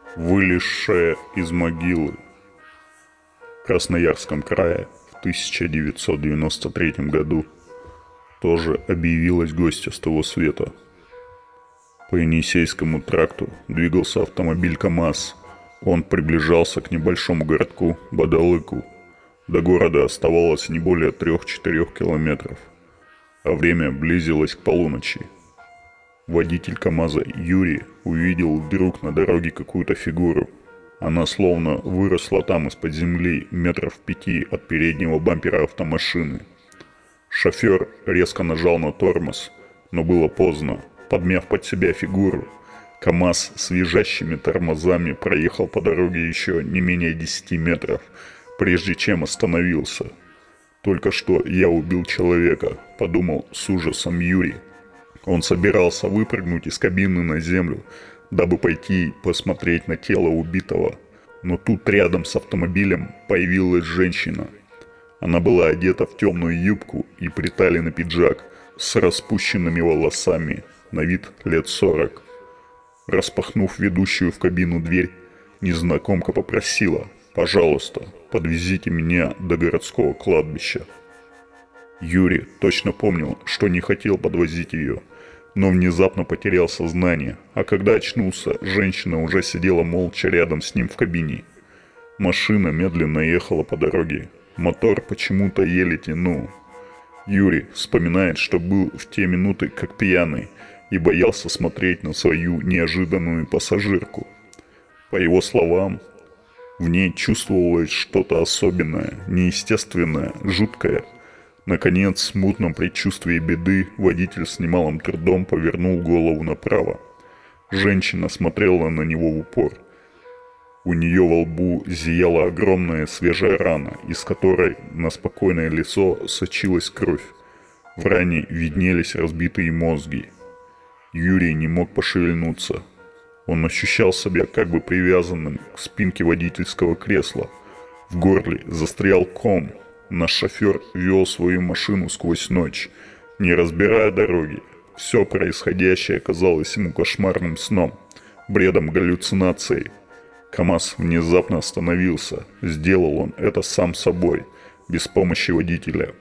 Вылезшая из могилы. В Красноярском крае в 1993 году тоже объявилась гостья с того света. По Енисейскому тракту двигался автомобиль КамАЗ. Он приближался к небольшому городку Бадалыку. До города оставалось не более 3-4 километров, а время близилось к полуночи. Водитель КамАЗа Юрий увидел вдруг на дороге какую-то фигуру. Она словно выросла там из-под земли метров 5 от переднего бампера автомашины. Шофер резко нажал на тормоз, но было поздно. Подмяв под себя фигуру, КамАЗ с визжащими тормозами проехал по дороге еще не менее 10 метров, прежде чем остановился. «Только что я убил человека», — подумал с ужасом Юрий. Он собирался выпрыгнуть из кабины на землю, дабы пойти посмотреть на тело убитого. Но тут рядом с автомобилем появилась женщина. Она была одета в темную юбку и приталенный пиджак с распущенными волосами, на вид лет 40. Распахнув ведущую в кабину дверь, незнакомка попросила: «Пожалуйста, подвезите меня до городского кладбища». Юрий точно помнил, что не хотел подвозить ее, но внезапно потерял сознание, а когда очнулся, женщина уже сидела молча рядом с ним в кабине. Машина медленно ехала по дороге, мотор почему-то еле тянул. Юрий вспоминает, что был в те минуты как пьяный и боялся смотреть на свою неожиданную пассажирку. По его словам, в ней чувствовалось что-то особенное, неестественное, жуткое. Наконец, в смутном предчувствии беды, водитель с немалым трудом повернул голову направо. Женщина смотрела на него в упор. У нее во лбу зияла огромная свежая рана, из которой на спокойное лицо сочилась кровь. В ране виднелись разбитые мозги. Юрий не мог пошевельнуться. Он ощущал себя как бы привязанным к спинке водительского кресла. В горле застрял ком. Наш шофер вел свою машину сквозь ночь, не разбирая дороги. Все происходящее казалось ему кошмарным сном, бредом галлюцинацией. КамАЗ внезапно остановился. Сделал он это сам собой, без помощи водителя.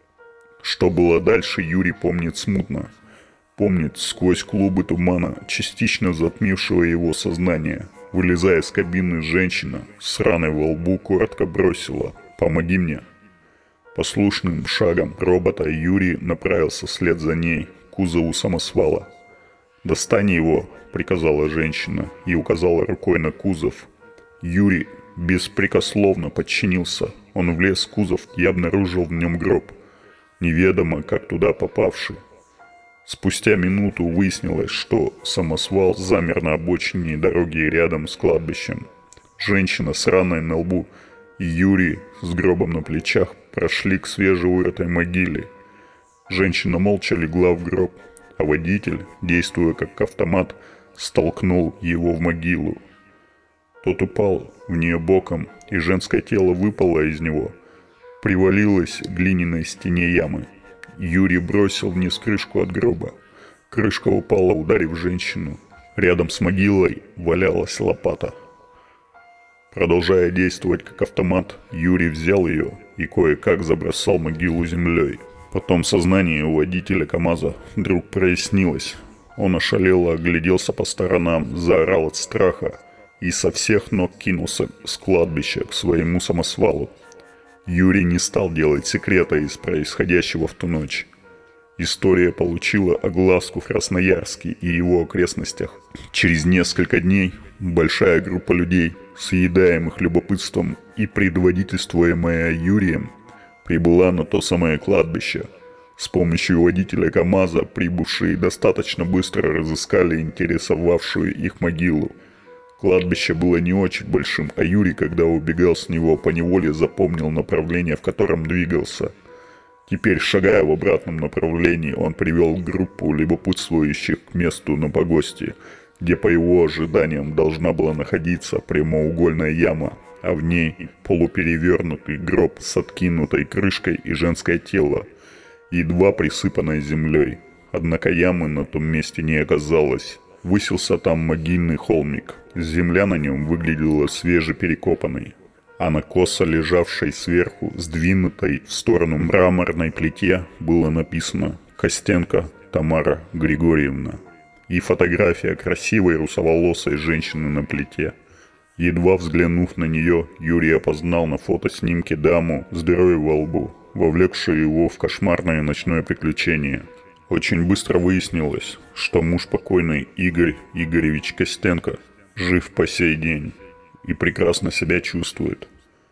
Что было дальше, Юрий помнит смутно. Помнит сквозь клубы тумана, частично затмившего его сознание. Вылезая из кабины, женщина с раной во лбу коротко бросила: «Помоги мне». Послушным шагом робота Юрий направился вслед за ней к кузову самосвала. «Достань его», — приказала женщина и указала рукой на кузов. Юрий беспрекословно подчинился. Он влез в кузов и обнаружил в нем гроб, неведомо как туда попавший. Спустя минуту выяснилось, что самосвал замер на обочине дороги рядом с кладбищем. Женщина с раной на лбу и Юрий с гробом на плечах прошли к свежевырытой могиле. Женщина молча легла в гроб, а водитель, действуя как автомат, столкнул его в могилу. Тот упал в нее боком, и женское тело выпало из него, привалилось к глиняной стене ямы. Юрий бросил вниз крышку от гроба. Крышка упала, ударив женщину. Рядом с могилой валялась лопата. Продолжая действовать как автомат, Юрий взял ее и кое-как забросал могилу землей. Потом сознание у водителя КамАЗа вдруг прояснилось. Он ошалело огляделся по сторонам, заорал от страха и со всех ног кинулся с кладбища к своему самосвалу. Юрий не стал делать секрета из происходящего в ту ночь. История получила огласку в Красноярске и его окрестностях. Через несколько дней большая группа людей, съедаемых любопытством и предводительствуемая Юрием, прибыла на то самое кладбище. С помощью водителя КамАЗа прибывшие достаточно быстро разыскали интересовавшую их могилу. Кладбище было не очень большим, а Юрий, когда убегал с него, поневоле запомнил направление, в котором двигался. Теперь, шагая в обратном направлении, он привел группу любопытствующих к месту на погосте, где по его ожиданиям должна была находиться прямоугольная яма, а в ней полуперевернутый гроб с откинутой крышкой и женское тело, едва присыпанное землей. Однако ямы на том месте не оказалось. Высился там могильный холмик. Земля на нем выглядела свежеперекопанной, а на косо лежавшей сверху, сдвинутой в сторону мраморной плите, было написано «Костенко Тамара Григорьевна» и фотография красивой русоволосой женщины на плите. Едва взглянув на нее, Юрий опознал на фотоснимке даму с дырой во лбу, вовлекшую его в кошмарное ночное приключение. Очень быстро выяснилось, что муж покойный Игорь Игоревич Костенко жив по сей день и прекрасно себя чувствует.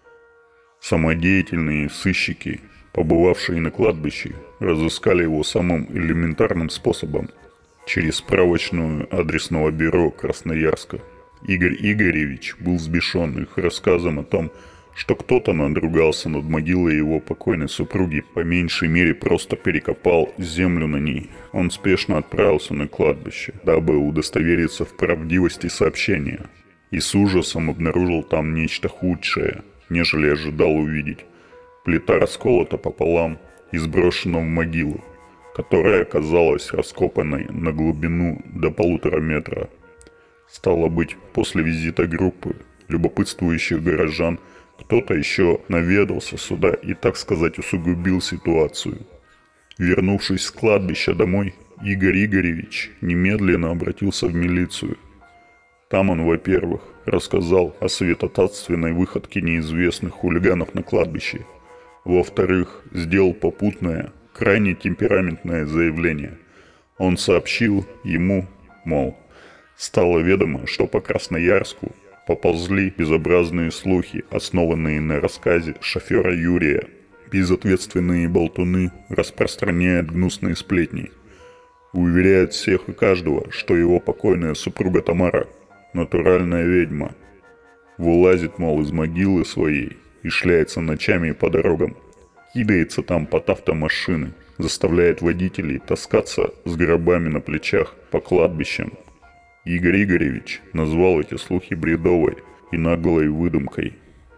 Самодеятельные сыщики, побывавшие на кладбище, разыскали его самым элементарным способом – через справочную адресного бюро Красноярска. Игорь Игоревич был взбешен их рассказом о том, что кто-то надругался над могилой его покойной супруги, по меньшей мере просто перекопал землю на ней. Он спешно отправился на кладбище, дабы удостовериться в правдивости сообщения, и с ужасом обнаружил там нечто худшее, нежели ожидал увидеть. Плита расколота пополам и сброшена в могилу, которая оказалась раскопанной на глубину до 1,5 метра. Стало быть, после визита группы любопытствующих горожан кто-то еще наведался сюда и, так сказать, усугубил ситуацию. Вернувшись с кладбища домой, Игорь Игоревич немедленно обратился в милицию. Там он, во-первых, рассказал о святотатственной выходке неизвестных хулиганов на кладбище. Во-вторых, сделал попутное, крайне темпераментное заявление. Он сообщил ему, мол, стало ведомо, что по Красноярску поползли безобразные слухи, основанные на рассказе шофера Юрия. Безответственные болтуны распространяют гнусные сплетни. Уверяют всех и каждого, что его покойная супруга Тамара – натуральная ведьма. Вылазит, мол, из могилы своей и шляется ночами по дорогам. Кидается там под автомашины, заставляет водителей таскаться с гробами на плечах по кладбищам. Игорь Игоревич назвал эти слухи бредовой и наглой выдумкой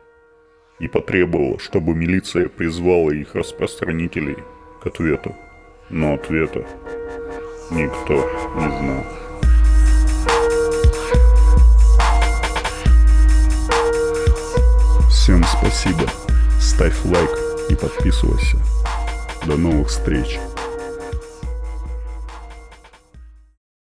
и потребовал, чтобы милиция призвала их распространителей к ответу. Но ответа никто не знал. Всем спасибо, ставь лайк и подписывайся. До новых встреч.